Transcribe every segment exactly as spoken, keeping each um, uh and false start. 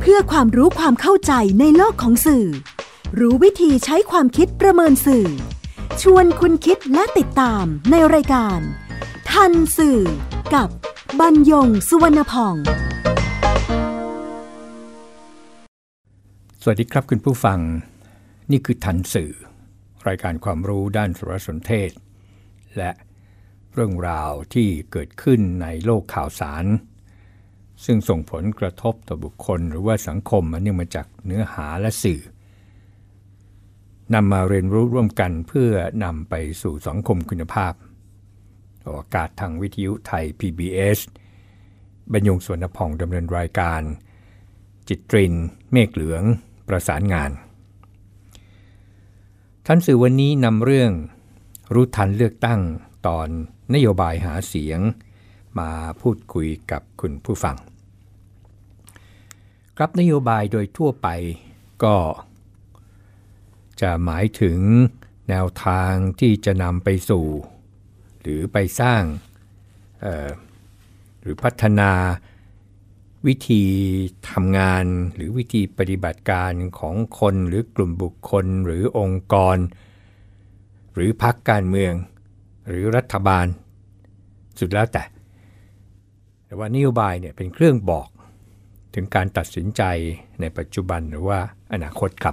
พื่อความรู้ความเข้าใจในโลกของสื่อรู้วิธีใช้ความคิดประเมินสื่อชวนคุณคิดและติดตามในรายการทันสื่อกับบรรยงสุวรรณพองสวัสดีครับคุณผู้ฟังนี่คือทันสื่อรายการความรู้ด้านสารสนเทศและเรื่องราวที่เกิดขึ้นในโลกข่าวสารซึ่งส่งผลกระทบต่อบุคคลหรือว่าสังคมอันเนื่องมาจากเนื้อหาและสื่อนำมาเรียนรู้ร่วมกันเพื่อนำไปสู่สังคมคุณภาพออกอากาศทางวิทยุไทย พี บี เอส บรรยงสุวรรณพองดำเนินรายการจิตรินเมฆเหลืองประสานงานท่านสื่อวันนี้นำเรื่องรู้ทันเลือกตั้งตอนนโยบายหาเสียงมาพูดคุยกับคุณผู้ฟังครับนโยบายโดยทั่วไปก็จะหมายถึงแนวทางที่จะนำไปสู่หรือไปสร้างหรือพัฒนาวิธีทำงานหรือวิธีปฏิบัติการของคนหรือกลุ่มบุคคลหรือองค์กรหรือพรรคการเมืองหรือรัฐบาลสุดแล้วแต่แต่ว่านโยบายเนี่ยเป็นเครื่องบอกถึงการตัดสินใจในปัจจุบันหรือว่าอนาคตครับ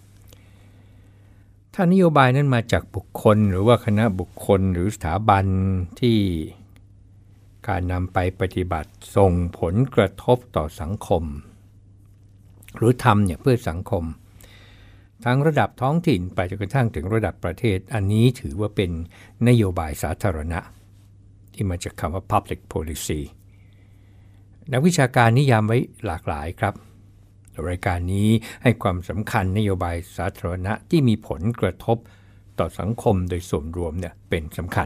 ถ้านโยบายนั้นมาจากบุคคลหรือว่าคณะบุคคลหรือสถาบันที่การนำไปปฏิบัติส่งผลกระทบต่อสังคมหรือทำเนี่ยเพื่อสังคมทั้งระดับท้องถิ่นไปจนกระทั่งถึงระดับประเทศอันนี้ถือว่าเป็นนโยบายสาธารณะที่มาจากคำว่า public policy นักวิชาการนิยามไว้หลากหลายครับรายการนี้ให้ความสำคัญนโยบายสาธารณะที่มีผลกระทบต่อสังคมโดยส่วนรวมเนี่ยเป็นสำคัญ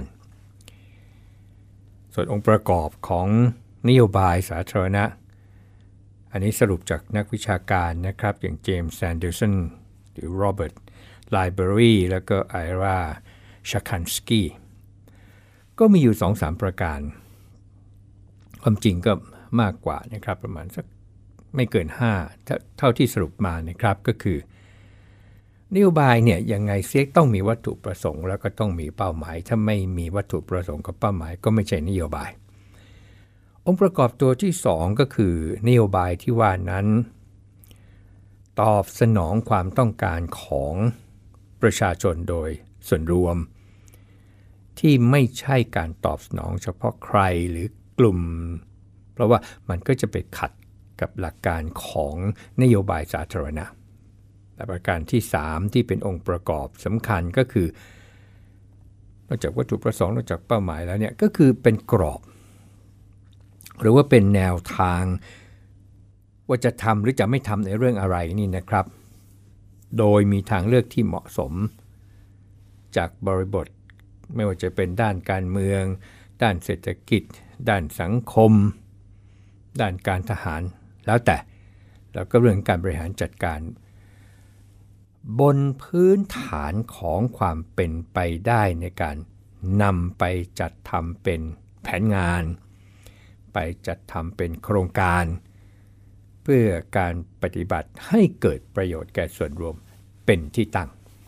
ส่วนองค์ประกอบของนโยบายสาธารณะอันนี้สรุปจากนักวิชาการนะครับอย่างเจมส์แซนเดอร์สันหรือโรเบิร์ตไลเบอรีแล้วก็ไอราชาคันสกี้ก็มีอยู่ สองถึงสาม ประการความจริงก็มากกว่านะครับประมาณสักไม่เกินห้าเท่าที่สรุปมานะครับก็คือนโยบายเนี่ยยังไงเสียต้องมีวัตถุประสงค์แล้วก็ต้องมีเป้าหมายถ้าไม่มีวัตถุประสงค์กับเป้าหมายก็ไม่ใช่นโยบายองค์ประกอบตัวที่สองก็คือนโยบายที่ว่านั้นตอบสนองความต้องการของประชาชนโดยส่วนรวมที่ไม่ใช่การตอบสนองเฉพาะใครหรือกลุ่มเพราะว่ามันก็จะไปขัดกับหลักการของนโยบายสาธารณะและประการที่สามที่เป็นองค์ประกอบสำคัญก็คือนอกจากวัตถุประสงค์นอกจากเป้าหมายแล้วเนี่ยก็คือเป็นกรอบหรือว่าเป็นแนวทางว่าจะทำหรือจะไม่ทำในเรื่องอะไรนี่นะครับโดยมีทางเลือกที่เหมาะสมจากบริบทไม่ว่าจะเป็นด้านการเมืองด้านเศรษฐกิจด้านสังคมด้านการทหารแล้วแต่แล้วก็เรื่องการบริหารจัดการบนพื้นฐานของความเป็นไปได้ในการนำไปจัดทำเป็นแผนงานไปจัดทำเป็นโครงการเพื่อการปฏิบัติให้เกิดประโยชน์แก่ส่วนรวมเป็นที่ตั้ง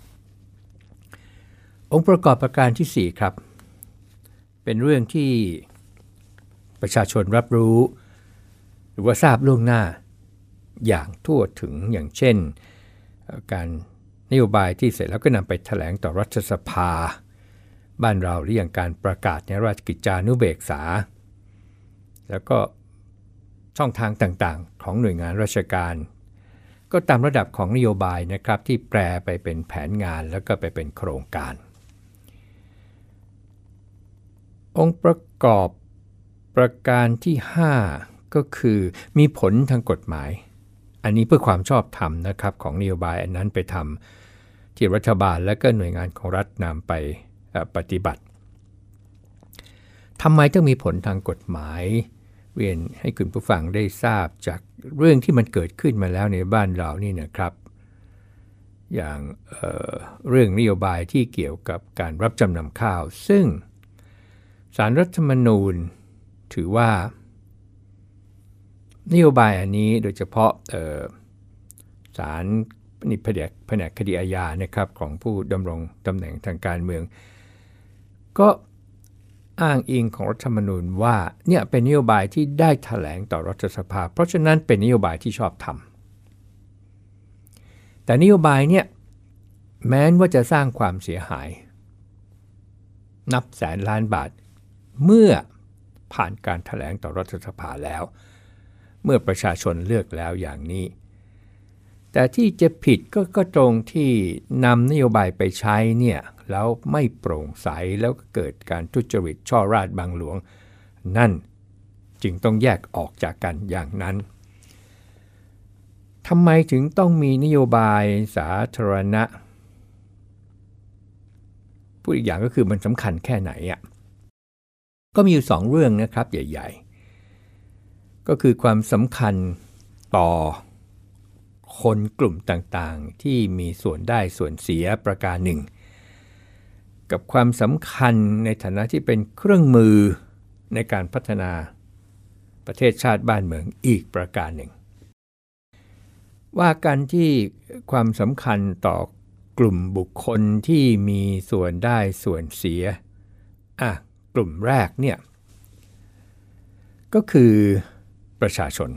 องค์ประกอบประการที่สี่ครับเป็นเรื่องที่ประชาชนรับรู้หรือว่าทราบล่วงหน้าอย่างทั่วถึงอย่างเช่นการนโยบายที่เสร็จแล้วก็นำไปแถลงต่อรัฐสภาบ้านเราหรืออย่างการประกาศในราชกิจจานุเบกษาแล้วก็ช่องทางต่างๆของหน่วยงานราชการก็ตามระดับของนโยบายนะครับที่แปลไปเป็นแผนงานแล้วก็ไปเป็นโครงการองค์ประกอบประการที่ห้าก็คือมีผลทางกฎหมายอันนี้เพื่อความชอบธรรมนะครับของนโยบายอันนั้นไปทำที่รัฐบาลและก็หน่วยงานของรัฐนำไปปฏิบัติทำไมต้องมีผลทางกฎหมายเรียนให้คุณผู้ฟังได้ทราบจากเรื่องที่มันเกิดขึ้นมาแล้วในบ้านเรานี่นะครับอย่างเอ่อเรื่องนโยบายที่เกี่ยวกับการรับจำนำข้าวซึ่งศาลรัฐธรรมนูญถือว่านโยบายอันนี้โดยเฉพาะศาลนิพนแผนกคดีอาญานะครับของผู้ดำรงตำแหน่งทางการเมืองก็อ้างอิงของรัฐธรรมนูญว่าเนี่ยเป็นนโยบายที่ได้แถลงต่อรัฐสภาเพราะฉะนั้นเป็นนโยบายที่ชอบทำแต่นโยบายเนี่ยแม้ว่าจะสร้างความเสียหายนับแสนล้านบาทเมื่อผ่านการแถลงต่อรัฐสภาแล้วเมื่อประชาชนเลือกแล้วอย่างนี้แต่ที่จะผิดก็ก็ตรงที่นำนโยบายไปใช้เนี่ยแล้วไม่โปร่งใสแล้วก็เกิดการทุจริตช่อราชบังหลวงนั่นจึงต้องแยกออกจากกันอย่างนั้นทำไมถึงต้องมีนโยบายสาธารณะพูดอีกอย่างก็คือมันสำคัญแค่ไหนอ่ะก็มีอยู่สองเรื่องนะครับใหญ่ๆก็คือความสำคัญต่อคนกลุ่มต่างๆที่มีส่วนได้ส่วนเสียประการหนึ่งกับความสำคัญในฐานะที่เป็นเครื่องมือในการพัฒนาประเทศชาติบ้านเมืองอีกประการหนึ่งว่ากันที่ความสำคัญต่อกลุ่มบุคคลที่มีส่วนได้ส่วนเสียอ่ะกลุ่มแรกเนี่ยก็คือประชาชน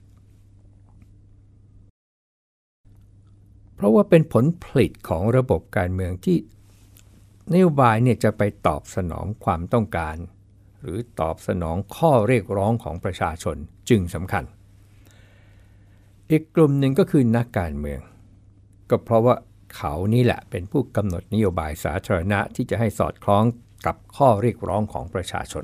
เพราะว่าเป็นผลผลิตของระบบการเมืองที่นโยบายเนี่ยจะไปตอบสนองความต้องการหรือตอบสนองข้อเรียกร้องของประชาชนจึงสำคัญอีกกลุ่มหนึ่งก็คือนักการเมืองก็เพราะว่าเขานี่แหละเป็นผู้กำหนดนโยบายสาธารณะที่จะให้สอดคล้องกับข้อเรียกร้องของประชาชน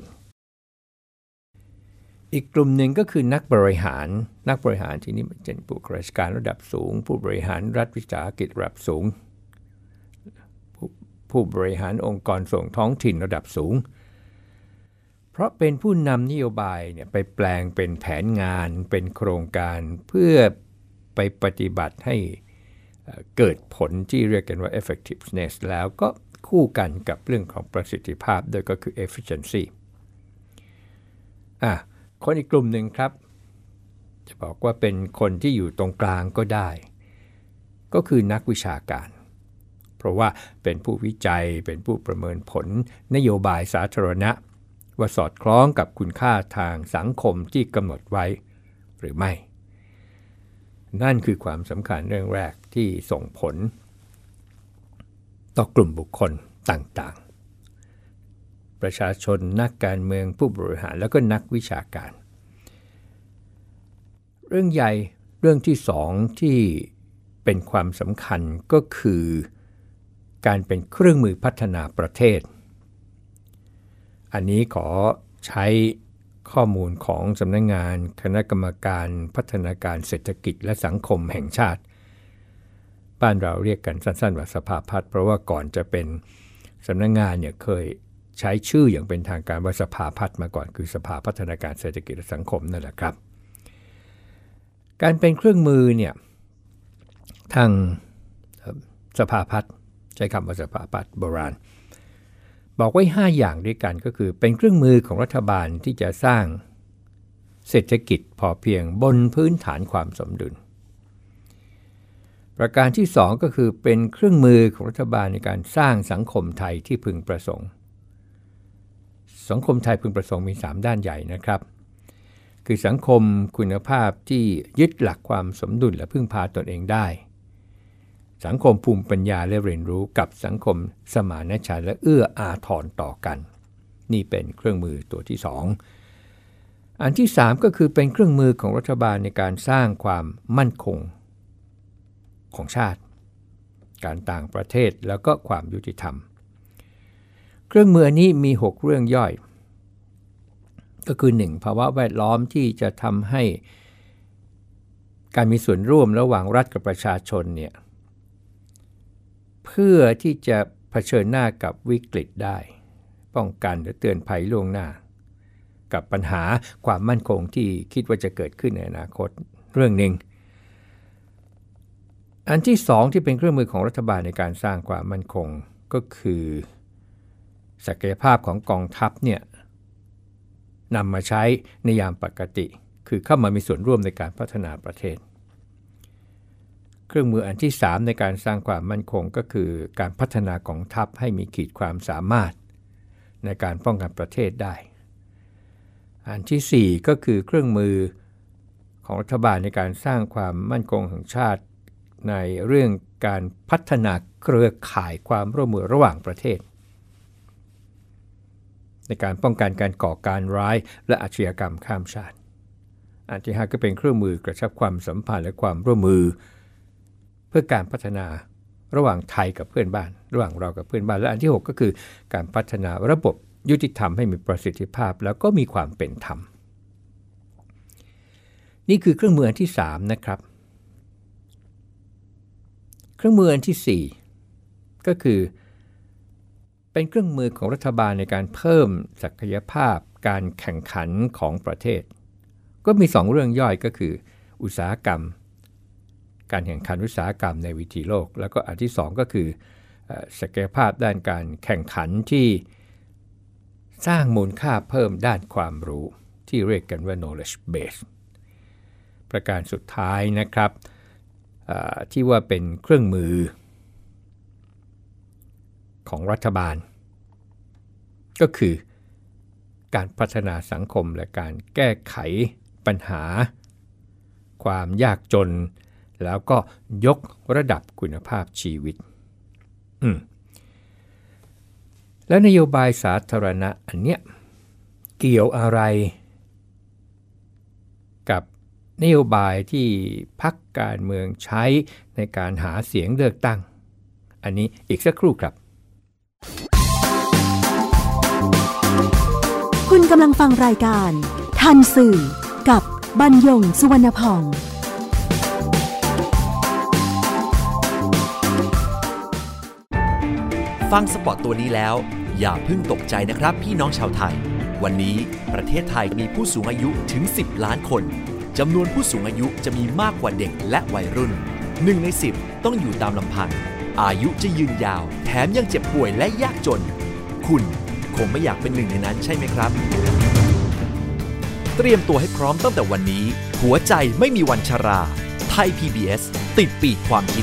อีกกลุ่มหนึ่งก็คือนักบริหารนักบริหารที่นี่เป็นผู้ข้าราชการระดับสูงผู้บริหารรัฐวิสาหกิจระดับสูงผู้ผู้บริหารองค์กรส่งท้องถิ่นระดับสูงเพราะเป็นผู้นำนโยบายเนี่ยไปแปลงเป็นแผนงานเป็นโครงการเพื่อไปปฏิบัติให้เกิดผลที่เรียกกันว่า effectiveness แล้วก็คู่กันกับเรื่องของประสิทธิภาพโดยก็คือ efficiency อ่ะคนอีกกลุ่มหนึ่งครับจะบอกว่าเป็นคนที่อยู่ตรงกลางก็ได้ก็คือนักวิชาการเพราะว่าเป็นผู้วิจัยเป็นผู้ประเมินผลนโยบายสาธารณะว่าสอดคล้องกับคุณค่าทางสังคมที่กำหนดไว้หรือไม่นั่นคือความสำคัญเรื่องแรกที่ส่งผลต่อกลุ่มบุคคลต่างๆประชาชนนักการเมืองผู้บริหารแล้วก็นักวิชาการเรื่องใหญ่เรื่องที่สองที่เป็นความสำคัญก็คือการเป็นเครื่องมือพัฒนาประเทศอันนี้ขอใช้ข้อมูลของสำนักงานคณะกรรมการพัฒนาการเศรษฐกิจและสังคมแห่งชาติบ้านเราเรียกกันสั้นๆว่าสภาพัฒน์เพราะว่าก่อนจะเป็นสำนักงานเนี่ยเคยใช้ชื่ออย่างเป็นทางการว่าสภาพัฒน์มาก่อนคือสภาพัฒนาการเศรษฐกิจและสังคมนั่นแหละครับการเป็นเครื่องมือเนี่ยทางสภาพัฒน์ใช้คำว่าสภาพัฒน์โบราณบอกไว้ห้าอย่างด้วยกันก็คือเป็นเครื่องมือของรัฐบาลที่จะสร้างเศรษฐกิจพอเพียงบนพื้นฐานความสมดุลประการที่สองก็คือเป็นเครื่องมือของรัฐบาลในการสร้างสังคมไทยที่พึงประสงค์สังคมไทยพึงประสงค์มีสามด้านใหญ่นะครับคือสังคมคุณภาพที่ยึดหลักความสมดุลและพึ่งพาตนเองได้สังคมภูมิปัญญาและเรียนรู้กับสังคมสมานฉันท์และเอื้ออาทรต่อกันนี่เป็นเครื่องมือตัวที่สองอันที่สามก็คือเป็นเครื่องมือของรัฐบาลในการสร้างความมั่นคงของชาติการต่างประเทศแล้วก็ความยุติธรรมเครื่องมือนี้มีหกเรื่องย่อยก็คือหนึ่งภาวะแวดล้อมที่จะทำให้การมีส่วนร่วมระหว่างรัฐกับประชาชนเนี่ยเพื่อที่จะเผชิญหน้ากับวิกฤตได้ป้องกันและเตือนภัยล่วงหน้ากับปัญหาความมั่นคงที่คิดว่าจะเกิดขึ้นในอนาคตเรื่องหนึ่งอันที่สองที่เป็นเครื่องมือของรัฐบาลในการสร้างความมั่นคงก็คือศักยภาพของกองทัพเนี่ยนำมาใช้ในยามปกติคือเข้ามามีส่วนร่วมในการพัฒนาประเทศเครื่องมืออันที่สามในการสร้างความมั่นคงก็คือการพัฒนากองทัพให้มีขีดความสามารถในการป้องกันประเทศได้อันที่สี่ก็คือเครื่องมือของรัฐบาลในการสร้างความมั่นคงแห่งชาติในเรื่องการพัฒนาเครือข่ายความร่วมมือระหว่างประเทศในการป้องกันการก่อการร้ายและอาชญากรรมข้ามชาติอันที่ห้าก็เป็นเครื่องมือกระชับความสัมพันธ์และความร่วมมือเพื่อการพัฒนาระหว่างไทยกับเพื่อนบ้านระหว่างเรากับเพื่อนบ้านและอันที่หกก็คือการพัฒนาระบบยุติธรรมให้มีประสิทธิภาพแล้วก็มีความเป็นธรรมนี่คือเครื่องมืออันที่สามนะครับเครื่องมืออันที่สี่ก็คือเป็นเครื่องมือของรัฐบาลในการเพิ่มศักยภาพการแข่งขันของประเทศก็มีสองเรื่องย่อยก็คืออุตสาหกรรมการแข่งขันอุตสาหกรรมในวิถีโลกแล้วก็อันที่สองก็คือศักยภาพด้านการแข่งขันที่สร้างมูลค่าเพิ่มด้านความรู้ที่เรียกกันว่า knowledge base ประการสุดท้ายนะครับที่ว่าเป็นเครื่องมือของรัฐบาลก็คือการพัฒนาสังคมและการแก้ไขปัญหาความยากจนแล้วก็ยกระดับคุณภาพชีวิตอืมแล้วนโยบายสาธารณะอันเนี้ยเกี่ยวอะไรกับนโยบายที่พรรคการเมืองใช้ในการหาเสียงเลือกตั้งอันนี้อีกสักครู่ครับคุณกำลังฟังรายการทันสื่อกับบรรยงสุวรรณพองฟังสปอตตัวนี้แล้วอย่าเพิ่งตกใจนะครับพี่น้องชาวไทยวันนี้ประเทศไทยมีผู้สูงอายุถึงสิบล้านคนจำนวนผู้สูงอายุจะมีมากกว่าเด็กและวัยรุ่นหนึ่งในสิบต้องอยู่ตามลำพังอายุจะยืนยาวแถมยังเจ็บป่วยและยากจนคุณคงไม่อยากเป็นหนึ่งในนั้นใช่ไหมครับเตรียมตัวให้พร้อมตั้งแต่วันนี้หัวใจไม่มีวันชราไทย พี บี เอส ติดปีกความคิด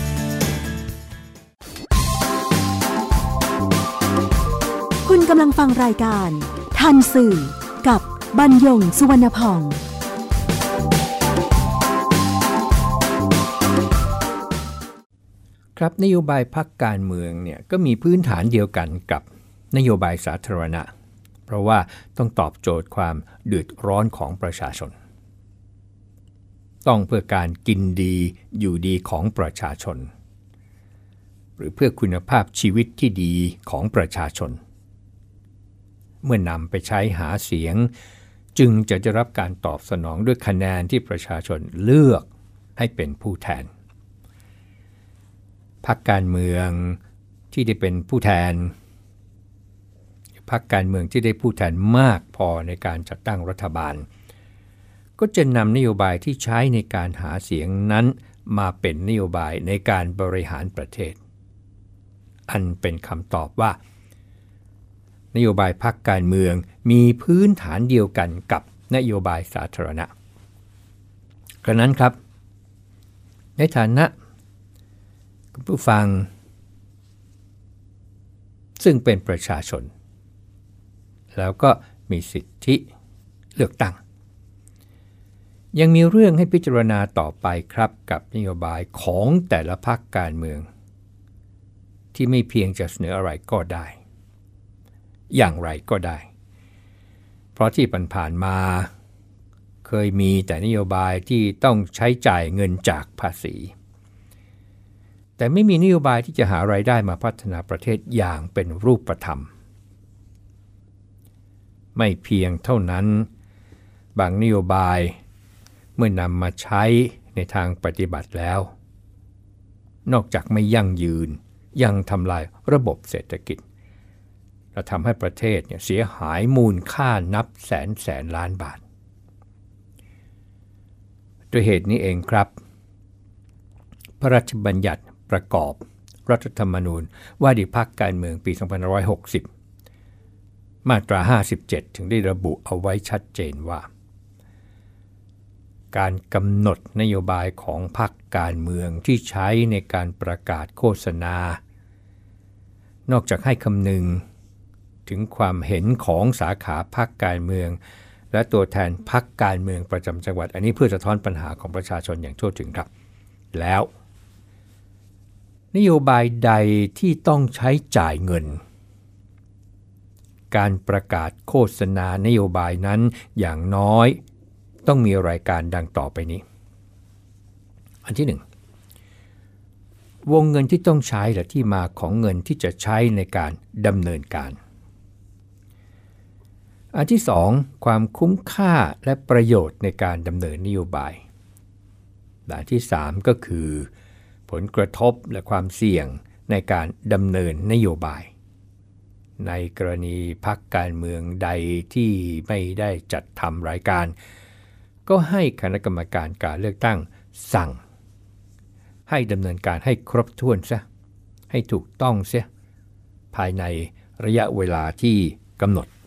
คุณกำลังฟังรายการทันสื่อกับบรรยงสุวรรณพองครับนโยบายพรรคการเมืองเนี่ยก็มีพื้นฐานเดียวกันกับนโยบายสาธารณะเพราะว่าต้องตอบโจทย์ความเดือดร้อนของประชาชนต้องเพื่อการกินดีอยู่ดีของประชาชนหรือเพื่อคุณภาพชีวิตที่ดีของประชาชนเมื่อนำไปใช้หาเสียงจึงจะได้รับการตอบสนองด้วยคะแนนที่ประชาชนเลือกให้เป็นผู้แทนพรรคการเมืองที่ได้เป็นผู้แทนพรรคการเมืองที่ได้ผู้แทนมากพอในการจัดตั้งรัฐบาลก็จะนำนโยบายที่ใช้ในการหาเสียงนั้นมาเป็นนโยบายในการบริหารประเทศอันเป็นคำตอบว่านโยบายพรรคการเมืองมีพื้นฐานเดียวกันกับนโยบายสาธารณะกระนั้นครับในฐานะผู้ฟังซึ่งเป็นประชาชนแล้วก็มีสิทธิเลือกตั้งยังมีเรื่องให้พิจารณาต่อไปครับกับนโยบายของแต่ละพรรคการเมืองที่ไม่เพียงจะเสนออะไรก็ได้อย่างไรก็ได้เพราะที่ผ่านๆมาเคยมีแต่นโยบายที่ต้องใช้จ่ายเงินจากภาษีแต่ไม่มีนโยบายที่จะหารายได้มาพัฒนาประเทศอย่างเป็นรูปธรรมไม่เพียงเท่านั้นบางนโยบายเมื่อนำมาใช้ในทางปฏิบัติแล้วนอกจากไม่ยั่งยืนยังทำลายระบบเศรษฐกิจและทำให้ประเทศเนี่ยเสียหายมูลค่านับแสนแสนล้านบาทด้วยเหตุนี้เองครับพระราชบัญญัติประกอบรัฐธรรมนูญว่าด้วยพรรคการเมืองปีสองพันห้าร้อยหกสิบมาตราห้าสิบเจ็ดถึงได้ระบุเอาไว้ชัดเจนว่าการกำหนดนโยบายของพรรคการเมืองที่ใช้ในการประกาศโฆษณานอกจากให้คำนึงถึงความเห็นของสาขาพรรคการเมืองและตัวแทนพรรคการเมืองประจำจังหวัดอันนี้เพื่อสะท้อนปัญหาของประชาชนอย่างทั่วถึงครับแล้วนโยบายใดที่ต้องใช้จ่ายเงินการประกาศโฆษณานโยบายนั้นอย่างน้อยต้องมีรายการดังต่อไปนี้อันที่หนึ่งวงเงินที่ต้องใช้และที่มาของเงินที่จะใช้ในการดำเนินการอันที่สองความคุ้มค่าและประโยชน์ในการดำเนินนโยบายและอันที่สามก็คือผลกระทบและความเสี่ยงในการดำเนินนโยบายในกรณีพรรคการเมืองใดที่ไม่ได้จัดทำรายการก็ให้คณะกรรมการการเลือกตั้งสั่งให้ดำเนินการให้ครบถ้วนซะให้ถูกต้องเสียภายในระยะเวลาที่กำหนด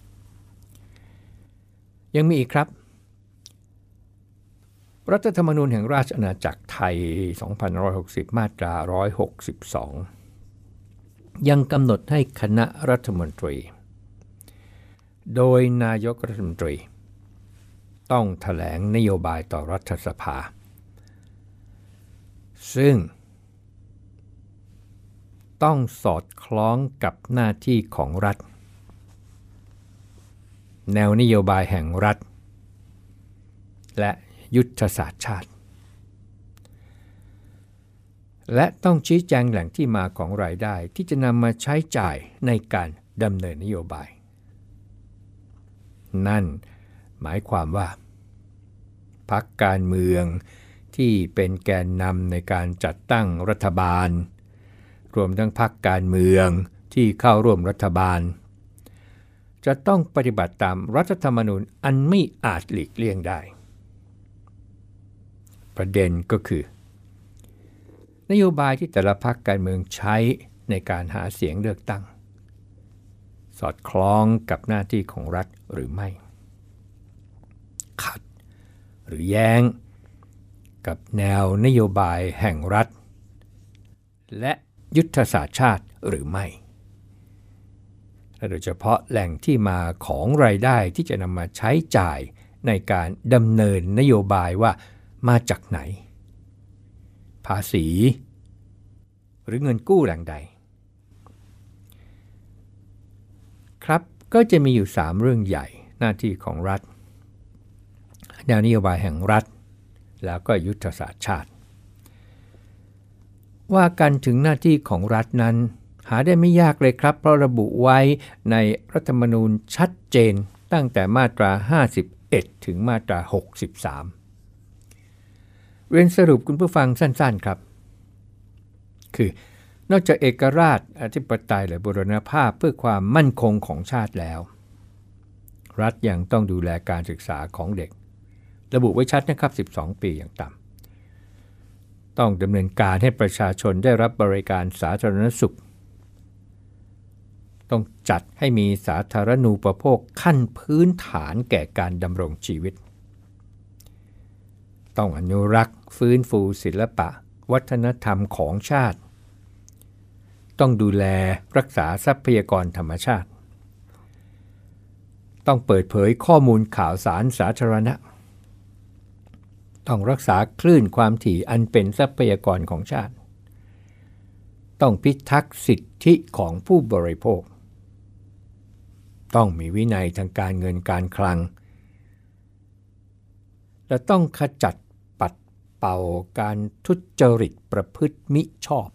ยังมีอีกครับรัฐธรรมนูญแห่งราชอาณาจักรไทยสองพันห้าร้อยหกสิบมาตราหนึ่งร้อยหกสิบสองยังกำหนดให้คณะรัฐมนตรีโดยนายกรัฐมนตรีต้องแถลงนโยบายต่อรัฐสภาซึ่งต้องสอดคล้องกับหน้าที่ของรัฐแนวนโยบายแห่งรัฐและยุทธศาสตร์ชาติและต้องชี้แจงแหล่งที่มาของรายได้ที่จะนำมาใช้จ่ายในการดำเนินนโยบายนั่นหมายความว่าพรรคการเมืองที่เป็นแกนนำในการจัดตั้งรัฐบาลรวมทั้งพรรคการเมืองที่เข้าร่วมรัฐบาลจะต้องปฏิบัติตามรัฐธรรมนูญอันไม่อาจหลีกเลี่ยงได้ประเด็นก็คือนโยบายที่แต่ละพรรคการเมืองใช้ในการหาเสียงเลือกตั้งสอดคล้องกับหน้าที่ของรัฐหรือไม่ขัดหรือแย้งกับแนวนโยบายแห่งรัฐและยุทธศาสตร์ชาติหรือไม่และโดยเฉพาะแหล่งที่มาของรายได้ที่จะนำมาใช้จ่ายในการดำเนินนโยบายว่ามาจากไหนภาษีหรือเงินกู้แหล่งใดครับก็จะมีอยู่สามเรื่องใหญ่หน้าที่ของรัฐแนวนโยบายแห่งรัฐแล้วก็ยุทธศาสตร์ชาติว่ากันถึงหน้าที่ของรัฐนั้นหาได้ไม่ยากเลยครับเพราะระบุไว้ในรัฐธรรมนูญชัดเจนตั้งแต่มาตราห้าสิบเอ็ดถึงมาตราหกสิบสามเรียนสรุปคุณผู้ฟังสั้นๆครับคือนอกจากเอกราชอธิปไตยและบูรณภาพเพื่อความมั่นคงของชาติแล้วรัฐยังต้องดูแลการศึกษาของเด็กระบุไว้ชัดนะครับสิบสองปีอย่างต่ำต้องดำเนินการให้ประชาชนได้รับบริการสาธารณสุขต้องจัดให้มีสาธารณูปโภคขั้นพื้นฐานแก่การดำรงชีวิตต้องอนุรักษ์ฟื้นฟูศิลปะวัฒนธรรมของชาติต้องดูแลรักษาทรัพยากรธรรมชาติต้องเปิดเผยข้อมูลข่าวสารสาธารณะต้องรักษาคลื่นความถี่อันเป็นทรัพยากรของชาติต้องพิทักษ์สิทธิของผู้บริโภคต้องมีวินัยทางการเงินการคลังและต้องขจัดปัดเป่าการทุจริตประพฤติมิชอบ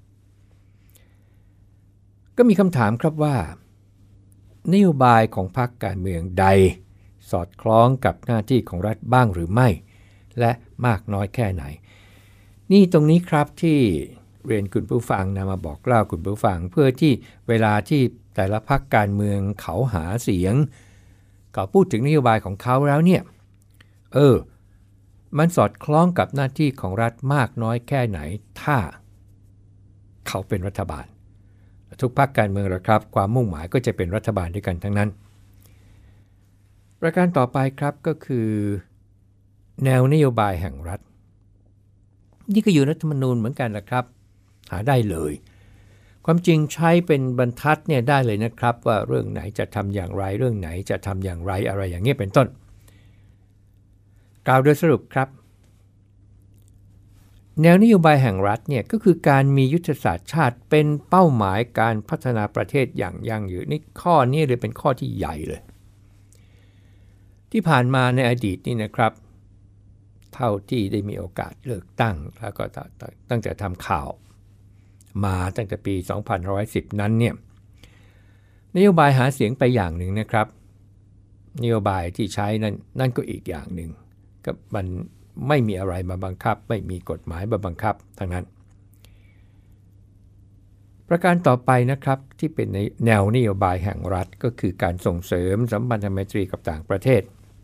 ก็มีคำถามครับว่านโยบายของพรรคการเมืองใดสอดคล้องกับหน้าที่ของรัฐบ้างหรือไม่และมากน้อยแค่ไหนนี่ตรงนี้ครับที่เรียนคุณผู้ฟังนำมาบอกเล่าคุณผู้ฟังเพื่อที่เวลาที่แต่ละพรรคการเมืองเขาหาเสียงเขาพูดถึงนโยบายของเขาแล้วเนี่ยเออมันสอดคล้องกับหน้าที่ของรัฐมากน้อยแค่ไหนถ้าเขาเป็นรัฐบาลทุกพรรคการเมืองหรอกครับความมุ่งหมายก็จะเป็นรัฐบาลด้วยกันทั้งนั้นประการต่อไปครับก็คือแนวนโยบายแห่งรัฐนี่ก็อยู่ในรัฐธรรมนูญเหมือนกันแหละครับหาได้เลยความจริงใช้เป็นบรรทัดเนี่ยได้เลยนะครับว่าเรื่องไหนจะทำอย่างไรเรื่องไหนจะทำอย่างไรอะไรอย่างนี้เป็นต้นกล่าวโดยสรุปครับแนวนโยบายแห่งรัฐเนี่ยก็คือการมียุทธศาสตร์ชาติเป็นเป้าหมายการพัฒนาประเทศอย่างยั่งยืนนี่ข้อนี้เลยเป็นข้อที่ใหญ่เลยที่ผ่านมาในอดีตนี่นะครับเท่าที่ได้มีโอกาสเลือกตั้งแล้วก็ตั้งแต่ทำข่าวมาตั้งแต่ปีสองพันห้าร้อยสิบนั้นเนี่ยนโยบายหาเสียงไปอย่างหนึ่งนะครับนโยบายที่ใช้นั่นนั่นก็อีกอย่างหนึ่งก็มันไม่มีอะไรมาบังคับไม่มีกฎหมายมาบังคับทั้งนั้นประการต่อไปนะครับที่เป็นในแนวนโยบายแห่งรัฐก็คือการส่งเสริมสัมพันธไมตรีกับต่างประเทศ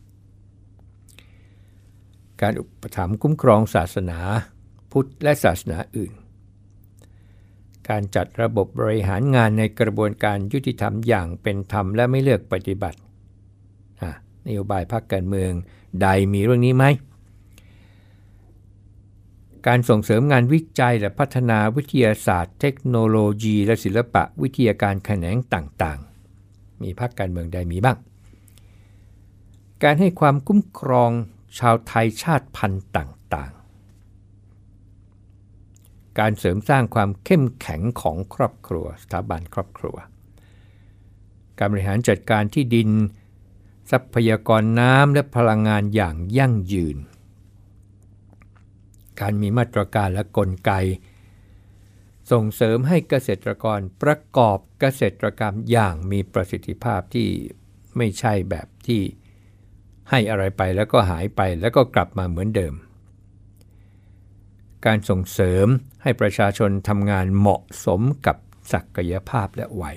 การอุปถัมภ์คุ้มครองศาสนาพุทธและศาสนาอื่นการจัดระบบบริหารงานในกระบวนการยุติธรรมอย่างเป็นธรรมและไม่เลือกปฏิบัตินโยบายพรรคการเมืองใดมีเรื่องนี้ไหมการส่งเสริมงานวิจัยและพัฒนาวิทยาศาสตร์เทคโนโลยีและศิลปะวิทยาการแขนงต่างๆมีพรรคการเมืองใดมีบ้างการให้ความคุ้มครองชาวไทยชาติพันธุ์ต่างๆการเสริมสร้างความเข้มแข็งของครอบครัวสถาบันครอบครัวการบริหารจัดการที่ดินทรัพยากรน้ำและพลังงานอย่างยั่งยืนการมีมาตรการและกลไกส่งเสริมให้เกษตรกรประกอบเกษตรกรรมอย่างมีประสิทธิภาพที่ไม่ใช่แบบที่ให้อะไรไปแล้วก็หายไปแล้วก็กลับมาเหมือนเดิมการส่งเสริมให้ประชาชนทำงานเหมาะสมกับศักยภาพและวัย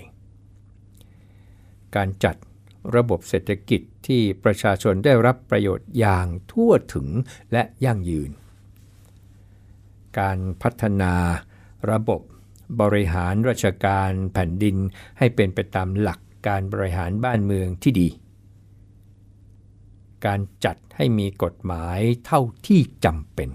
การจัดระบบเศรษฐกิจที่ประชาชนได้รับประโยชน์อย่างทั่วถึงและยั่งยืนการพัฒนาระบบบริหารราชการแผ่นดินให้เป็นไปตามหลักการบริหารบ้านเมืองที่ดีการจัดให้มีกฎหมายเท่าที่จำเป็น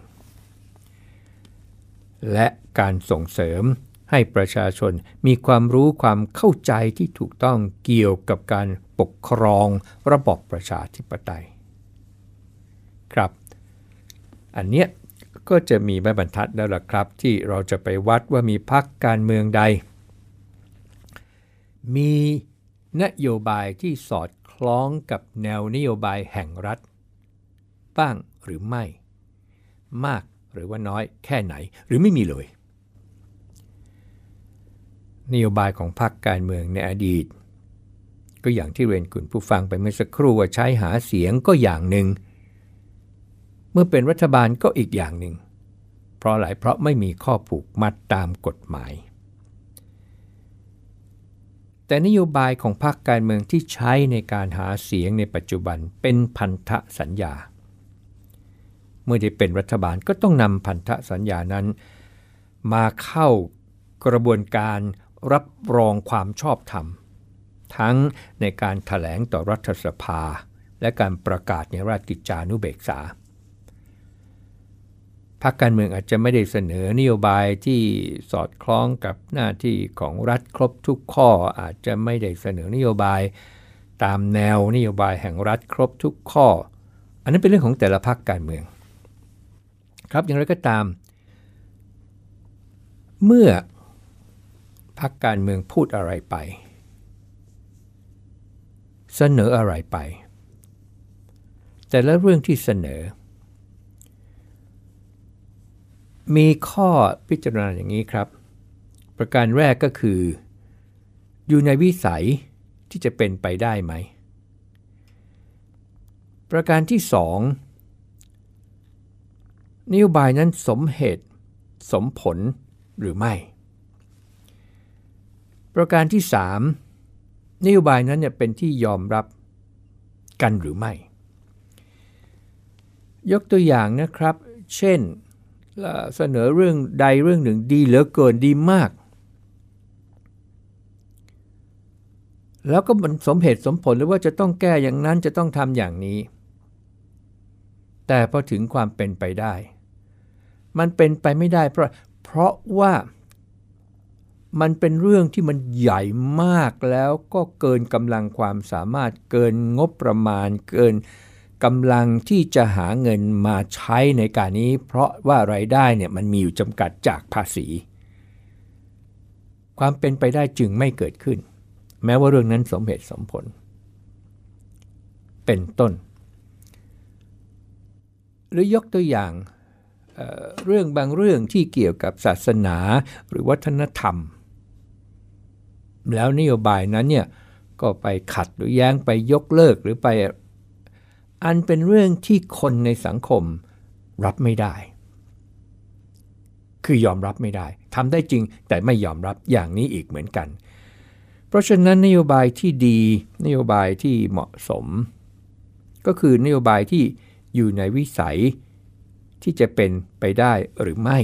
และการส่งเสริมให้ประชาชนมีความรู้ความเข้าใจที่ถูกต้องเกี่ยวกับการปกครองระบอบประชาธิปไตยครับอันเนี้ยก็จะมีใบบรรทัดแล้วล่ะครับที่เราจะไปวัดว่ามีพรรคการเมืองใดมีนโยบายที่สอดคล้องกับแนวนโยบายแห่งรัฐบ้างหรือไม่มากหรือว่าน้อยแค่ไหนหรือไม่มีเลยนโยบายของพรรคการเมืองในอดีตก็อย่างที่เรียนคุณผู้ฟังไปเมื่อสักครู่ว่าใช้หาเสียงก็อย่างหนึ่งเมื่อเป็นรัฐบาลก็อีกอย่างหนึ่งเพราะอะไรเพราะไม่มีข้อผูกมัดตามกฎหมายแต่นโยบายของพรรคการเมืองที่ใช้ในการหาเสียงในปัจจุบันเป็นพันธสัญญาเมื่อได้เป็นรัฐบาลก็ต้องนำพันธสัญญานั้นมาเข้ากระบวนการรับรองความชอบธรรมทั้งในการแถลงต่อรัฐสภาและการประกาศในราชกิจจานุเบกษาพรรคการเมืองอาจจะไม่ได้เสนอนโยบายที่สอดคล้องกับหน้าที่ของรัฐครบทุกข้ออาจจะไม่ได้เสนอนโยบายตามแนวนโยบายแห่งรัฐครบทุกข้ออันนั้นเป็นเรื่องของแต่ละพรรคการเมืองครับอย่างไรก็ตามเมื่อพรรคการเมืองพูดอะไรไปเสนออะไรไปแต่ละเรื่องที่เสนอมีข้อพิจารณาอย่างนี้ครับประการแรกก็คืออยู่ในวิสัยที่จะเป็นไปได้ไหมประการที่สองนโยบายนั้นสมเหตุสมผลหรือไม่ประการที่สามนโยบายนั้นเนี่ยเป็นที่ยอมรับกันหรือไม่ยกตัวอย่างนะครับเช่นเสนอเรื่องใดเรื่องหนึ่งดีเหลือเกินดีมากแล้วก็มันสมเหตุสมผลหรือว่าจะต้องแก้อย่างนั้นจะต้องทำอย่างนี้แต่พอถึงความเป็นไปได้มันเป็นไปไม่ได้เพราะเพราะว่ามันเป็นเรื่องที่มันใหญ่มากแล้วก็เกินกำลังความสามารถเกินงบประมาณเกินกำลังที่จะหาเงินมาใช้ในการนี้เพราะว่ารายได้เนี่ยมันมีอยู่จำกัดจากภาษีความเป็นไปได้จึงไม่เกิดขึ้นแม้ว่าเรื่องนั้นสมเหตุสมผลเป็นต้นหรือยกตัวอย่าง เอ่อ เรื่องบางเรื่องที่เกี่ยวกับศาสนาหรือวัฒนธรรมแล้วนโยบายนั้นเนี่ยก็ไปขัดหรือแย้งไปยกเลิกหรือไปอันเป็นเรื่องที่คนในสังคมรับไม่ได้คือยอมรับไม่ได้ทำได้จริงแต่ไม่ยอมรับอย่างนี้อีกเหมือนกันเพราะฉะนั้นนโยบายที่ดีนโยบายที่เหมาะสมก็คือนโยบายที่อยู่ในวิสัยที่จะเป็นไปได้หรือไม่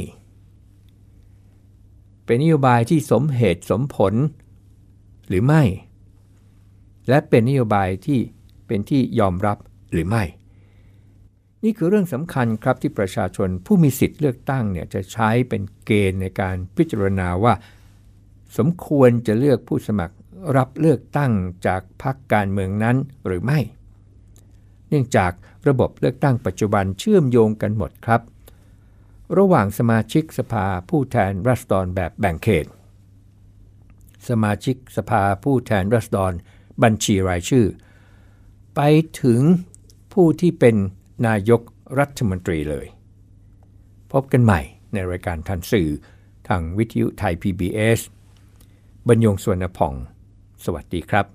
เป็นนโยบายที่สมเหตุสมผลหรือไม่และเป็นนโยบายที่เป็นที่ยอมรับหรือไม่นี่คือเรื่องสำคัญครับที่ประชาชนผู้มีสิทธิ์เลือกตั้งเนี่ยจะใช้เป็นเกณฑ์ในการพิจารณาว่าสมควรจะเลือกผู้สมัครรับเลือกตั้งจากพรรคการเมืองนั้นหรือไม่เนื่องจากระบบเลือกตั้งปัจจุบันเชื่อมโยงกันหมดครับระหว่างสมาชิกสภาผู้แทนราษฎรแบบแบ่งเขตสมาชิกสภาผู้แทนราษฎรบัญชีรายชื่อไปถึงผู้ที่เป็นนายกรัฐมนตรีเลยพบกันใหม่ในรายการทันสื่อทางวิทยุไทย พี บี เอส บรรยงสวนผ่องสวัสดีครับ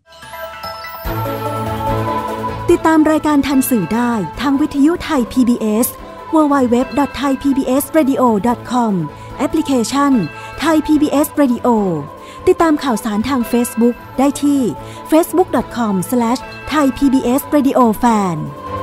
ติดตามรายการทันสื่อได้ทางวิทยุไทย พี บี เอส ดับเบิลยู ดับเบิลยู ดับเบิลยู ดอท ไทย พี บี เอส เรดิโอ ดอท คอม แอปพลิเคชัน Thai พี บี เอส Radio ติดตามข่าวสารทาง Facebook ได้ที่ เฟซบุ๊ก ดอท คอม สแลช ไทย พี บี เอส เรดิโอ แฟน